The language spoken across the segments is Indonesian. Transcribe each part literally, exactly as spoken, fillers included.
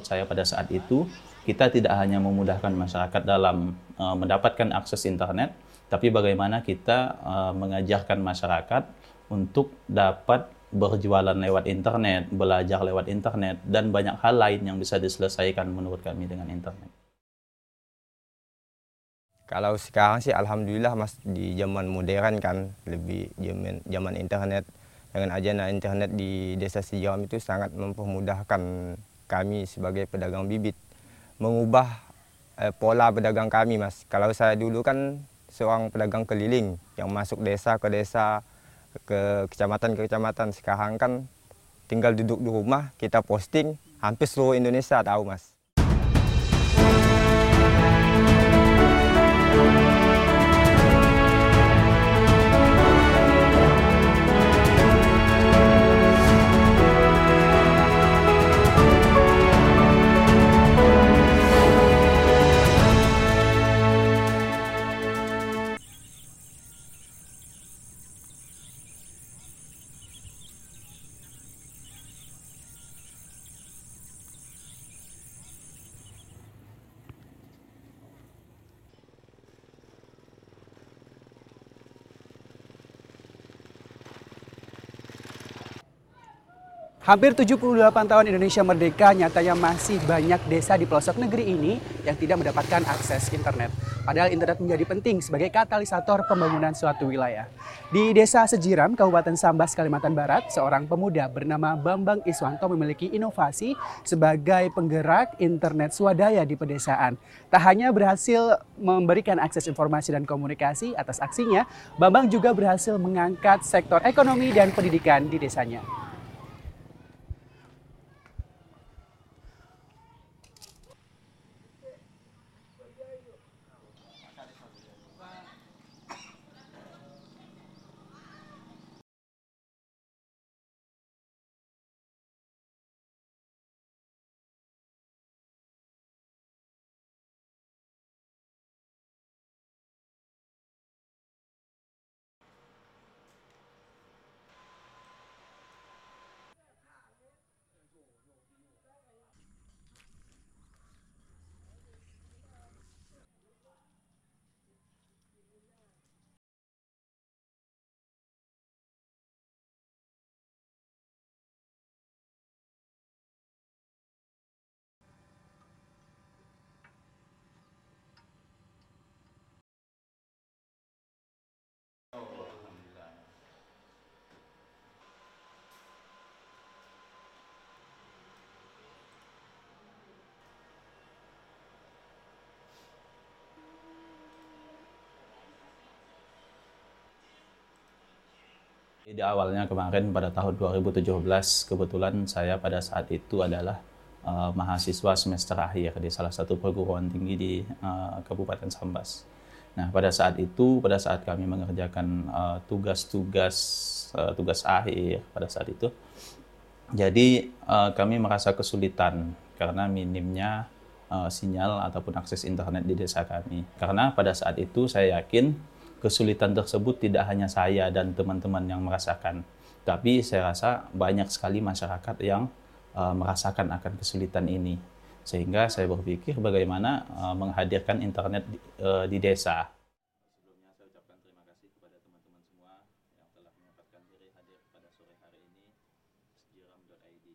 menurut saya pada saat itu, kita tidak hanya memudahkan masyarakat dalam uh, mendapatkan akses internet, tapi bagaimana kita uh, mengajarkan masyarakat untuk dapat berjualan lewat internet, belajar lewat internet, dan banyak hal lain yang bisa diselesaikan menurut kami dengan internet. Kalau sekarang sih alhamdulillah Mas, di zaman modern kan, lebih zaman, zaman internet. Dengan adanya internet di Desa Sejiram itu sangat mempermudahkan kami sebagai pedagang bibit. Mengubah eh, pola pedagang kami Mas. Kalau saya dulu kan seorang pedagang keliling yang masuk desa ke desa, ke kecamatan ke kecamatan. Sekarang kan tinggal duduk di rumah, kita posting, hampir seluruh Indonesia tahu Mas. Hampir tujuh puluh delapan tahun Indonesia merdeka, nyatanya masih banyak desa di pelosok negeri ini yang tidak mendapatkan akses internet. Padahal internet menjadi penting sebagai katalisator pembangunan suatu wilayah. Di Desa Sejiram, Kabupaten Sambas, Kalimantan Barat, seorang pemuda bernama Bambang Iswanto memiliki inovasi sebagai penggerak internet swadaya di pedesaan. Tak hanya berhasil memberikan akses informasi dan komunikasi atas aksinya, Bambang juga berhasil mengangkat sektor ekonomi dan pendidikan di desanya. Di awalnya kemarin pada tahun dua ribu tujuh belas, kebetulan saya pada saat itu adalah uh, mahasiswa semester akhir di salah satu perguruan tinggi di uh, Kabupaten Sambas. Nah, pada saat itu, pada saat kami mengerjakan tugas-tugas uh, uh, tugas akhir pada saat itu, jadi uh, kami merasa kesulitan karena minimnya uh, sinyal ataupun akses internet di desa kami. Karena pada saat itu saya yakin kesulitan tersebut tidak hanya saya dan teman-teman yang merasakan, tapi saya rasa banyak sekali masyarakat yang uh, merasakan akan kesulitan ini. Sehingga saya berpikir bagaimana uh, menghadirkan internet di, uh, di desa. Sebelumnya saya ucapkan terima kasih kepada teman-teman semua yang telah menyempatkan diri hadir pada sore hari ini sejiram dot i d.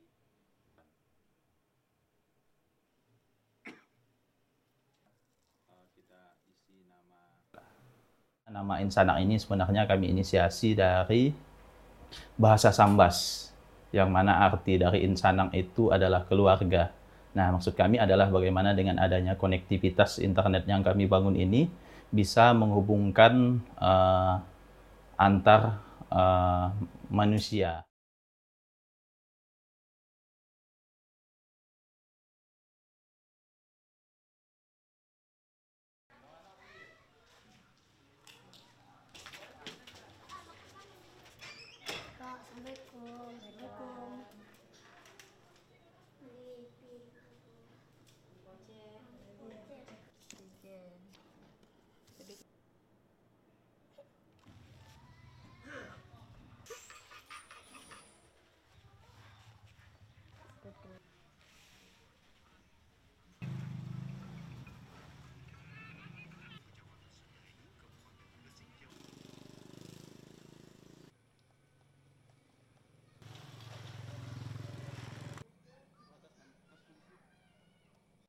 Uh, kita isi nama Nama Insanak ini sebenarnya kami inisiasi dari bahasa Sambas, yang mana arti dari Insanak itu adalah keluarga. Nah, maksud kami adalah bagaimana dengan adanya konektivitas internet yang kami bangun ini bisa menghubungkan uh, antar uh, manusia.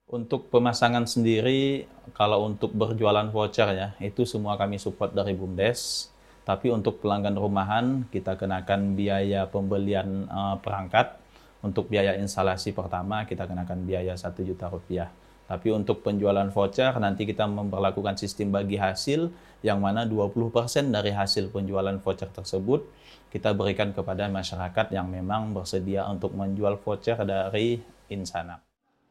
Untuk pemasangan sendiri, kalau untuk berjualan voucher ya, itu semua kami support dari BUMDes. Tapi untuk pelanggan rumahan, kita kenakan biaya pembelian uh, perangkat. Untuk biaya instalasi pertama, kita kenakan biaya satu juta rupiah. Tapi untuk penjualan voucher, nanti kita memperlakukan sistem bagi hasil, yang mana dua puluh persen dari hasil penjualan voucher tersebut, kita berikan kepada masyarakat yang memang bersedia untuk menjual voucher dari Insanak.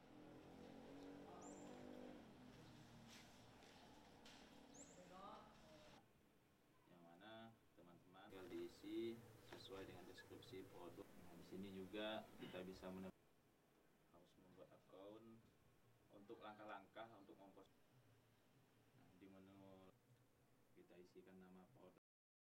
Diisi sesuai dengan deskripsi produk. Nah, di sini juga kita bisa menemukan harus membuat akun untuk langkah-langkah untuk mempost. Nah, di menu kita isikan nama produk.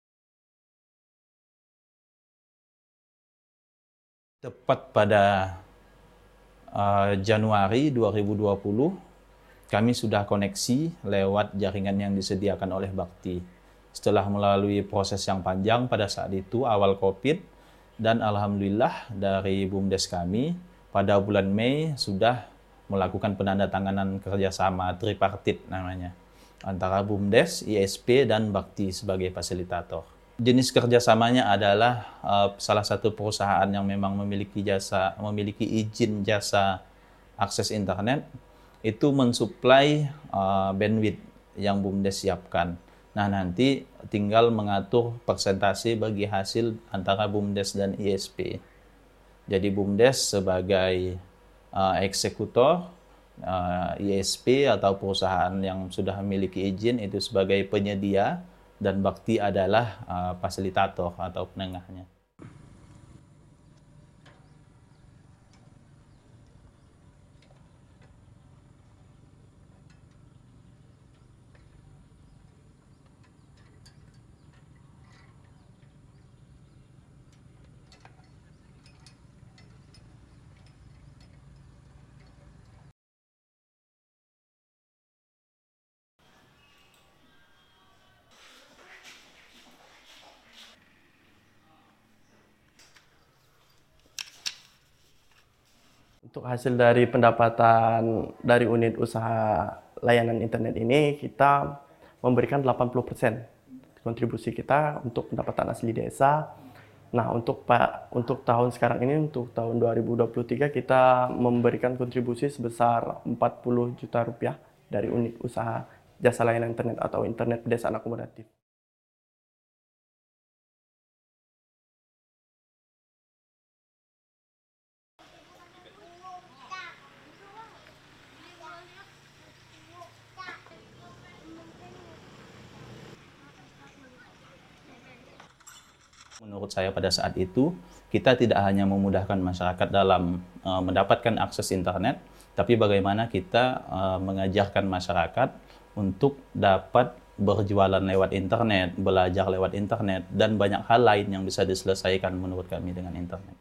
Tepat pada uh, Januari dua ribu dua puluh, kami sudah koneksi lewat jaringan yang disediakan oleh Bakti. Setelah melalui proses yang panjang pada saat itu, awal COVID, dan alhamdulillah dari BUMDes kami, pada bulan Mei sudah melakukan penandatanganan kerjasama tripartit namanya, antara BUMDes, I S P, dan Bakti sebagai fasilitator. Jenis kerjasamanya adalah uh, salah satu perusahaan yang memang memiliki jasa, memiliki izin jasa akses internet, itu mensuplai uh, bandwidth yang BUMDes siapkan. Nah, nanti tinggal mengatur persentase bagi hasil antara BUMDes dan I S P. Jadi BUMDes sebagai uh, eksekutor, uh, I S P atau perusahaan yang sudah memiliki izin itu sebagai penyedia, dan Bakti adalah uh, fasilitator atau penengahnya. Untuk hasil dari pendapatan dari unit usaha layanan internet ini, kita memberikan delapan puluh persen kontribusi kita untuk pendapatan asli desa. Nah, untuk Pak untuk tahun sekarang ini, untuk tahun dua ribu dua puluh tiga, kita memberikan kontribusi sebesar empat puluh juta rupiah dari unit usaha jasa layanan internet atau internet pedesaan akomodatif. Menurut saya pada saat itu, kita tidak hanya memudahkan masyarakat dalam uh, mendapatkan akses internet, tapi bagaimana kita uh, mengajarkan masyarakat untuk dapat berjualan lewat internet, belajar lewat internet, dan banyak hal lain yang bisa diselesaikan menurut kami dengan internet.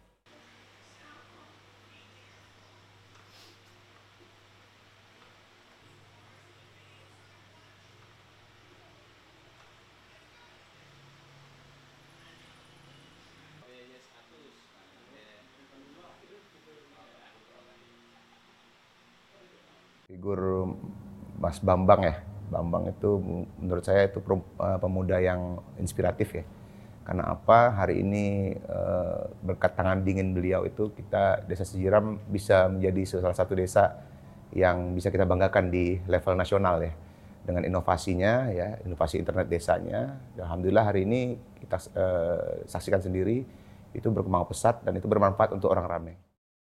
Figur Mas Bambang ya, Bambang itu menurut saya itu pemuda yang inspiratif ya. Karena apa, hari ini berkat tangan dingin beliau itu kita Desa Sejiram bisa menjadi salah satu desa yang bisa kita banggakan di level nasional ya. Dengan inovasinya ya, inovasi internet desanya. Alhamdulillah hari ini kita uh, saksikan sendiri itu berkembang pesat dan itu bermanfaat untuk orang ramai.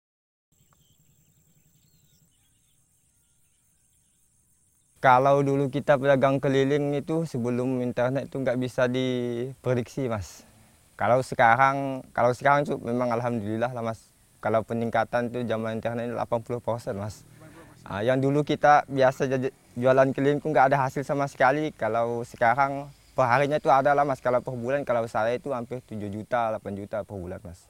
Kalau dulu kita pedagang keliling itu sebelum internet itu nggak bisa diprediksi, Mas. Kalau sekarang, kalau sekarang itu memang alhamdulillah lah, Mas. Kalau peningkatan itu zaman internet delapan puluh persen, Mas. Nah, yang dulu kita biasa jualan keliling itu nggak ada hasil sama sekali. Kalau sekarang perharinya itu ada lah, Mas. Kalau per bulan, kalau saya itu hampir tujuh juta, delapan juta per bulan, Mas.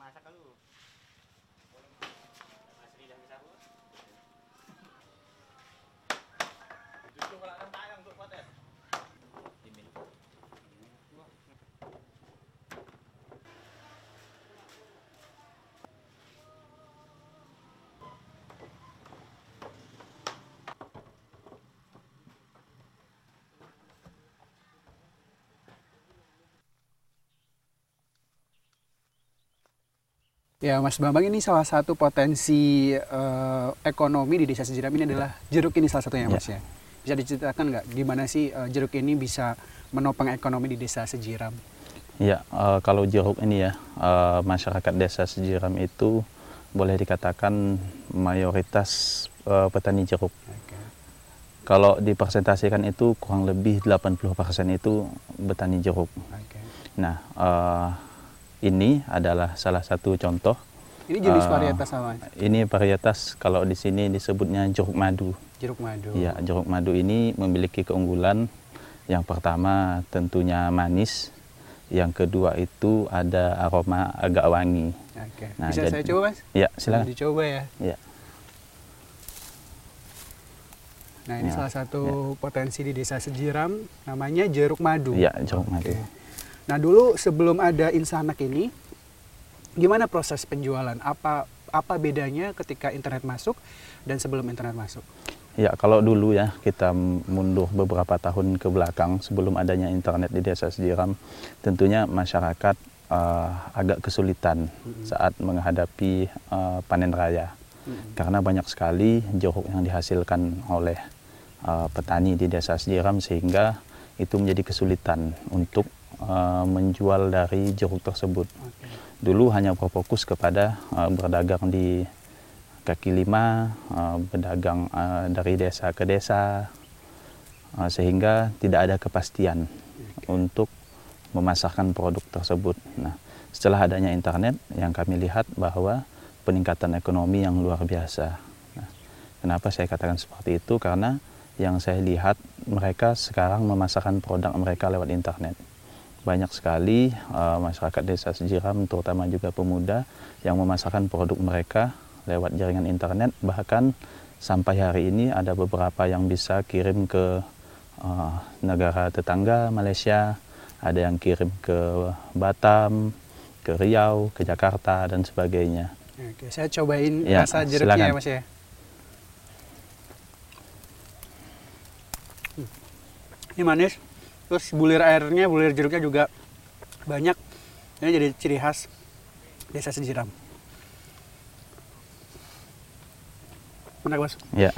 masak lu. Asli dah bisa bu. Justru kalau ada tayang untuk potes. Dimin. Ya, Mas Bambang, ini salah satu potensi eh, ekonomi di Desa Sejiram ini adalah jeruk ini salah satunya, Mas ya. Bisa diceritakan nggak gimana sih eh, jeruk ini bisa menopang ekonomi di Desa Sejiram? Ya, eh, kalau jeruk ini ya, eh, masyarakat Desa Sejiram itu boleh dikatakan mayoritas eh, petani jeruk. Oke. Kalau dipresentasikan itu kurang lebih delapan puluh persen itu petani jeruk. Oke. Nah, eh, ini adalah salah satu contoh. Ini jenis Eh, varietas apa? Ini varietas kalau di sini disebutnya jeruk madu. Jeruk madu. Ya, jeruk madu ini memiliki keunggulan. Yang pertama tentunya manis. Yang kedua itu ada aroma agak wangi. Oke. Nah, Bisa jadi- saya coba, Mas? Ya, Bisa silakan. dicoba ya. Ya. Nah, ini Ya, salah satu potensi di Desa Sejiram, namanya jeruk madu. Ya, jeruk madu. Oke. Nah, dulu sebelum ada Insanak ini, gimana proses penjualan? Apa apa bedanya ketika internet masuk dan sebelum internet masuk? Ya, kalau dulu ya kita mundur beberapa tahun ke belakang sebelum adanya internet di Desa Sejiram, tentunya masyarakat eh, agak kesulitan saat menghadapi eh, panen raya. Karena banyak sekali jeruk yang dihasilkan oleh eh, petani di Desa Sejiram sehingga itu menjadi kesulitan untuk eh, menjual dari jeruk tersebut. Dulu hanya berfokus kepada eh, berdagang di kaki lima, uh, berdagang uh, dari desa ke desa, uh, sehingga tidak ada kepastian untuk memasarkan produk tersebut. Nah, setelah adanya internet, yang kami lihat bahwa peningkatan ekonomi yang luar biasa. Nah, kenapa saya katakan seperti itu? Karena yang saya lihat mereka sekarang memasarkan produk mereka lewat internet. Banyak sekali uh, masyarakat Desa Sejiram, terutama juga pemuda, yang memasarkan produk mereka lewat jaringan internet. Bahkan sampai hari ini ada beberapa yang bisa kirim ke uh, negara tetangga Malaysia, ada yang kirim ke Batam, ke Riau, ke Jakarta, dan sebagainya. Oke, saya cobain Ya, rasa jeruknya silakan. ya, Mas ya. Hmm. Ini manis, terus bulir airnya, bulir jeruknya juga banyak. Ini jadi ciri khas Desa Sejiram. Enak, Mas. Ya.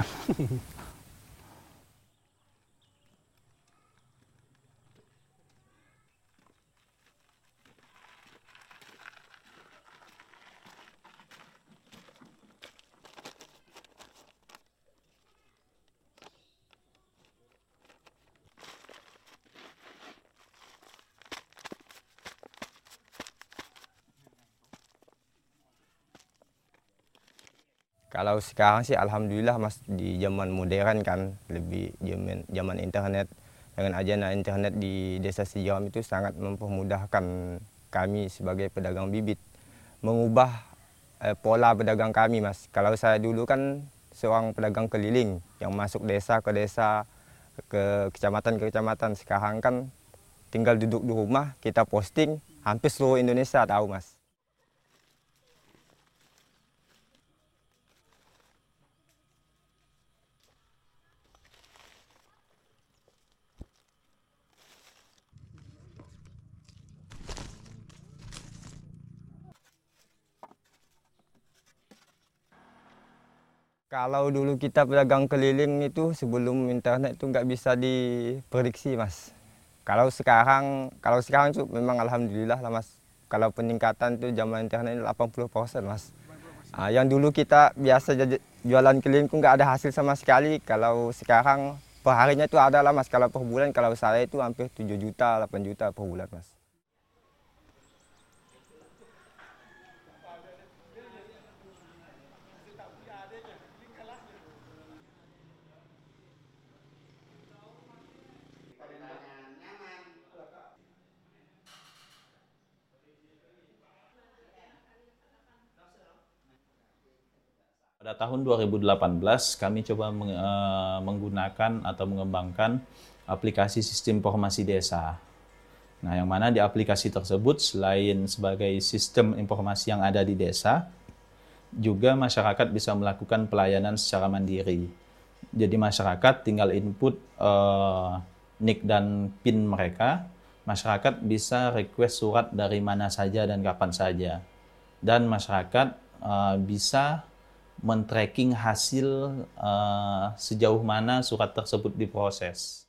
Kalau sekarang sih alhamdulillah Mas, di zaman modern kan, lebih zaman zaman internet. Dengan adanya internet di Desa Sejiram itu sangat mempermudahkan kami sebagai pedagang bibit mengubah eh, pola pedagang kami, Mas. Kalau saya dulu kan seorang pedagang keliling yang masuk desa ke desa, ke kecamatan ke kecamatan. Sekarang kan tinggal duduk di rumah, kita posting, hampir seluruh Indonesia tahu, Mas. Kalau dulu kita pedagang keliling itu sebelum internet itu nggak bisa diprediksi, Mas. Kalau sekarang, kalau sekarang itu memang alhamdulillah lah, Mas. Kalau peningkatan itu zaman internet delapan puluh persen, Mas. Ah, yang dulu kita biasa jadi jualan keliling itu nggak ada hasil sama sekali. Kalau sekarang perharinya itu ada lah, Mas. Kalau per bulan, kalau saya itu hampir tujuh juta, delapan juta per bulan, Mas. Pada tahun dua ribu delapan belas, kami coba meng, uh, menggunakan atau mengembangkan aplikasi sistem informasi desa. Nah, yang mana di aplikasi tersebut, selain sebagai sistem informasi yang ada di desa, juga masyarakat bisa melakukan pelayanan secara mandiri. Jadi masyarakat tinggal input uh, N I K dan PIN mereka, masyarakat bisa request surat dari mana saja dan kapan saja. Dan masyarakat uh, bisa men-tracking hasil uh, sejauh mana surat tersebut diproses.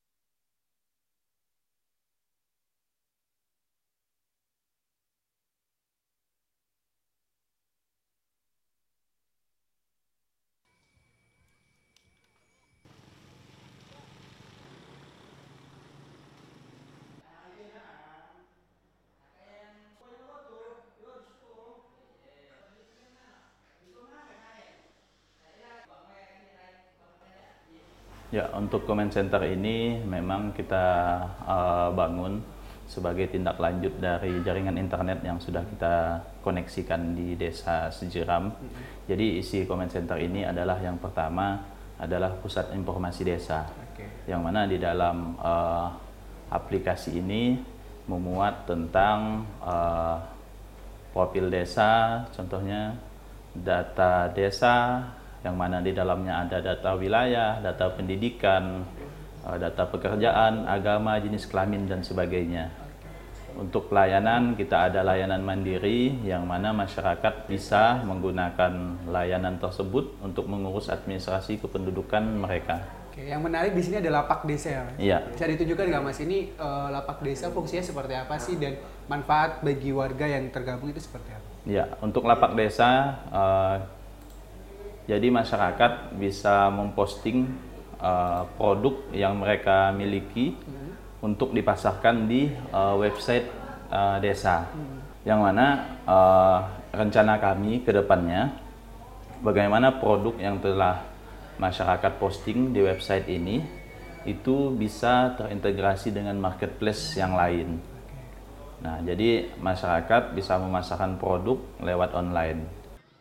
Ya, untuk comment center ini memang kita uh, bangun sebagai tindak lanjut dari jaringan internet yang sudah kita koneksikan di Desa Sejeram. Jadi isi comment center ini adalah yang pertama adalah pusat informasi desa, yang mana di dalam uh, aplikasi ini memuat tentang uh, profil desa, contohnya data desa, yang mana di dalamnya ada data wilayah, data pendidikan, data pekerjaan, agama, jenis kelamin, dan sebagainya. Untuk pelayanan, kita ada layanan mandiri, yang mana masyarakat bisa menggunakan layanan tersebut untuk mengurus administrasi kependudukan mereka. Oke, yang menarik di sini ada lapak desa ya, Mas? Iya. Bisa ditunjukkan nggak, Mas, ini uh, lapak desa fungsinya seperti apa sih, dan manfaat bagi warga yang tergabung itu seperti apa? Ya, untuk lapak desa, uh, jadi masyarakat bisa memposting uh, produk yang mereka miliki hmm. untuk dipasarkan di uh, website uh, desa. Hmm. Yang mana uh, rencana kami ke depannya, bagaimana produk yang telah masyarakat posting di website ini, itu bisa terintegrasi dengan marketplace yang lain. Nah, jadi masyarakat bisa memasarkan produk lewat online.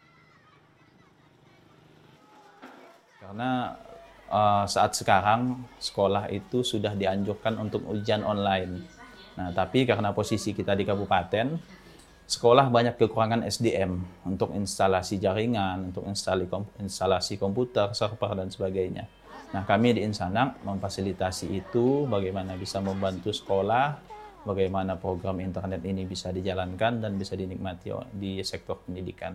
Karena uh, saat sekarang sekolah itu sudah dianjurkan untuk ujian online. Nah, tapi karena posisi kita di kabupaten, sekolah banyak kekurangan S D M untuk instalasi jaringan, untuk instalasi komputer, server, dan sebagainya. Nah, kami di Insanak memfasilitasi itu, bagaimana bisa membantu sekolah, bagaimana program internet ini bisa dijalankan dan bisa dinikmati di sektor pendidikan.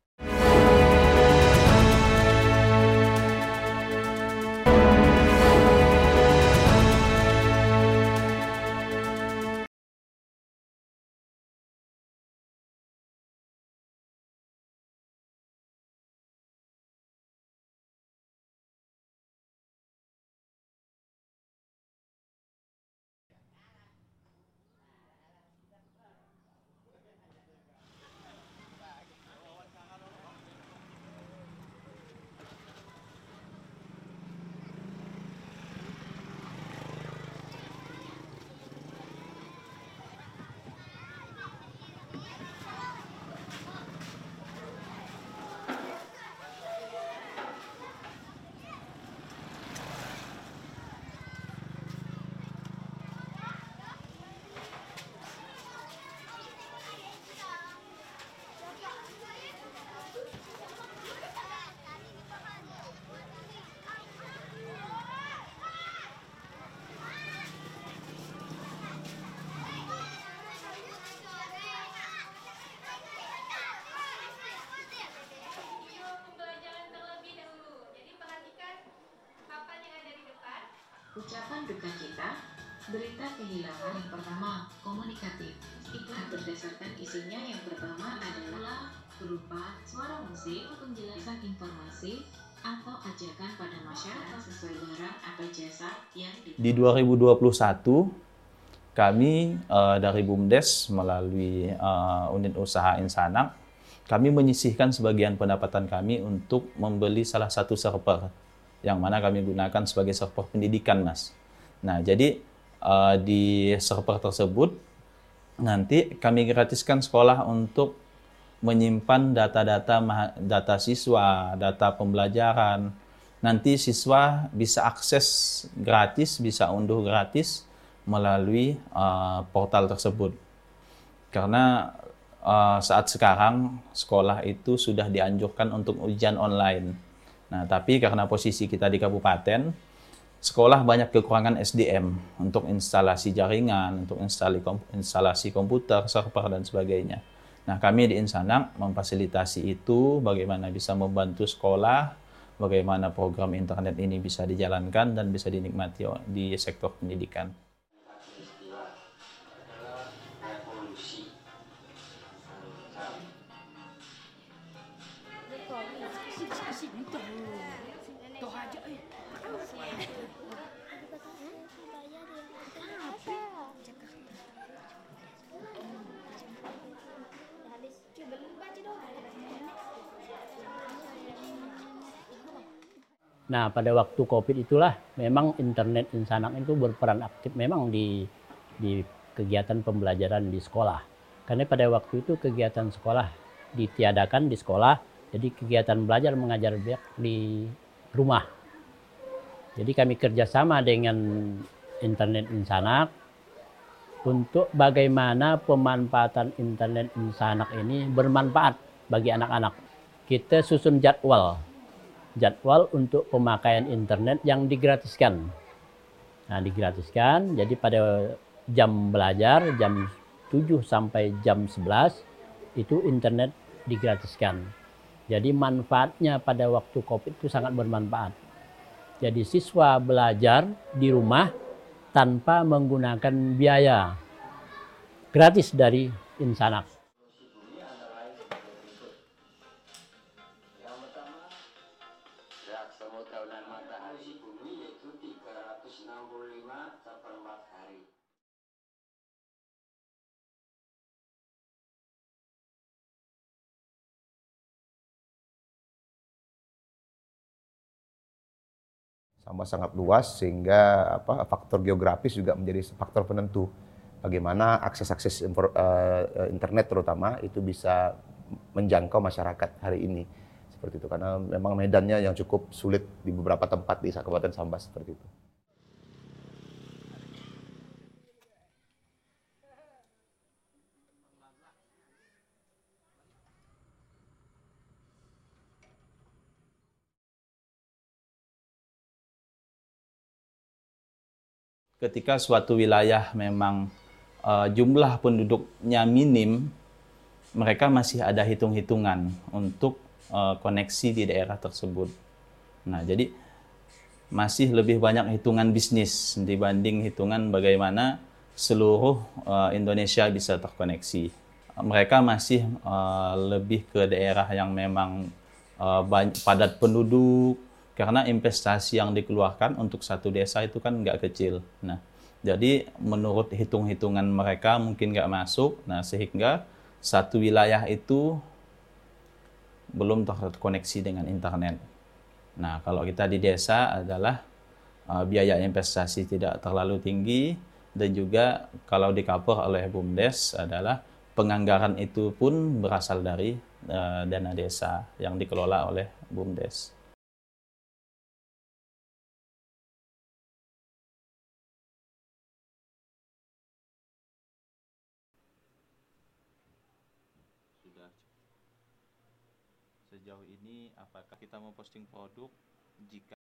Ucapan duka cita, berita kehilangan yang pertama, komunikatif. Iklan berdasarkan isinya yang pertama adalah berupa suara musik, penjelasan informasi, atau ajakan pada masyarakat sesuai barang atau jasa yang di... Di dua ribu dua puluh satu, kami uh, dari BUMDes melalui uh, unit usaha Insanak, kami menyisihkan sebagian pendapatan kami untuk membeli salah satu server, yang mana kami gunakan sebagai server pendidikan, Mas. Nah, jadi uh, di server tersebut nanti kami gratiskan sekolah untuk menyimpan data-data maha- data siswa, data pembelajaran. Nanti siswa bisa akses gratis, bisa unduh gratis melalui uh, portal tersebut. Karena uh, saat sekarang sekolah itu sudah dianjurkan untuk ujian online. Nah, tapi karena posisi kita di kabupaten, sekolah banyak kekurangan S D M untuk instalasi jaringan, untuk instalasi, instalasi komputer, server, dan sebagainya. Nah, kami di Insanak memfasilitasi itu, bagaimana bisa membantu sekolah, bagaimana program internet ini bisa dijalankan dan bisa dinikmati di sektor pendidikan. Nah, pada waktu COVID itulah memang internet Insanak itu berperan aktif memang di di kegiatan pembelajaran di sekolah. Karena pada waktu itu kegiatan sekolah ditiadakan di sekolah, jadi kegiatan belajar mengajar di rumah. Jadi kami kerjasama dengan internet Insanak untuk bagaimana pemanfaatan internet Insanak ini bermanfaat bagi anak-anak. Kita susun jadwal. jadwal untuk pemakaian internet yang digratiskan. Nah, digratiskan, jadi pada jam belajar, jam tujuh sampai jam sebelas, itu internet digratiskan. Jadi manfaatnya pada waktu COVID itu sangat bermanfaat. Jadi siswa belajar di rumah tanpa menggunakan biaya. Gratis dari Insanak. Sambas sangat luas sehingga apa faktor geografis juga menjadi faktor penentu bagaimana akses-akses uh, internet terutama itu bisa menjangkau masyarakat hari ini seperti itu, karena memang medannya yang cukup sulit di beberapa tempat di Kabupaten Sambas seperti itu. Ketika suatu wilayah memang uh, jumlah penduduknya minim, mereka masih ada hitung-hitungan untuk uh, koneksi di daerah tersebut. Nah, jadi masih lebih banyak hitungan bisnis dibanding hitungan bagaimana seluruh uh, Indonesia bisa terkoneksi. Mereka masih uh, lebih ke daerah yang memang uh, banyak, padat penduduk, karena investasi yang dikeluarkan untuk satu desa itu kan nggak kecil. Nah, jadi menurut hitung-hitungan mereka mungkin nggak masuk. Nah, sehingga satu wilayah itu belum terkoneksi dengan internet. Nah, kalau kita di desa adalah uh, biaya investasi tidak terlalu tinggi, dan juga kalau di-cover oleh BUMDes adalah penganggaran itu pun berasal dari uh, dana desa yang dikelola oleh BUMDes. Sejauh ini apakah kita mau posting produk jika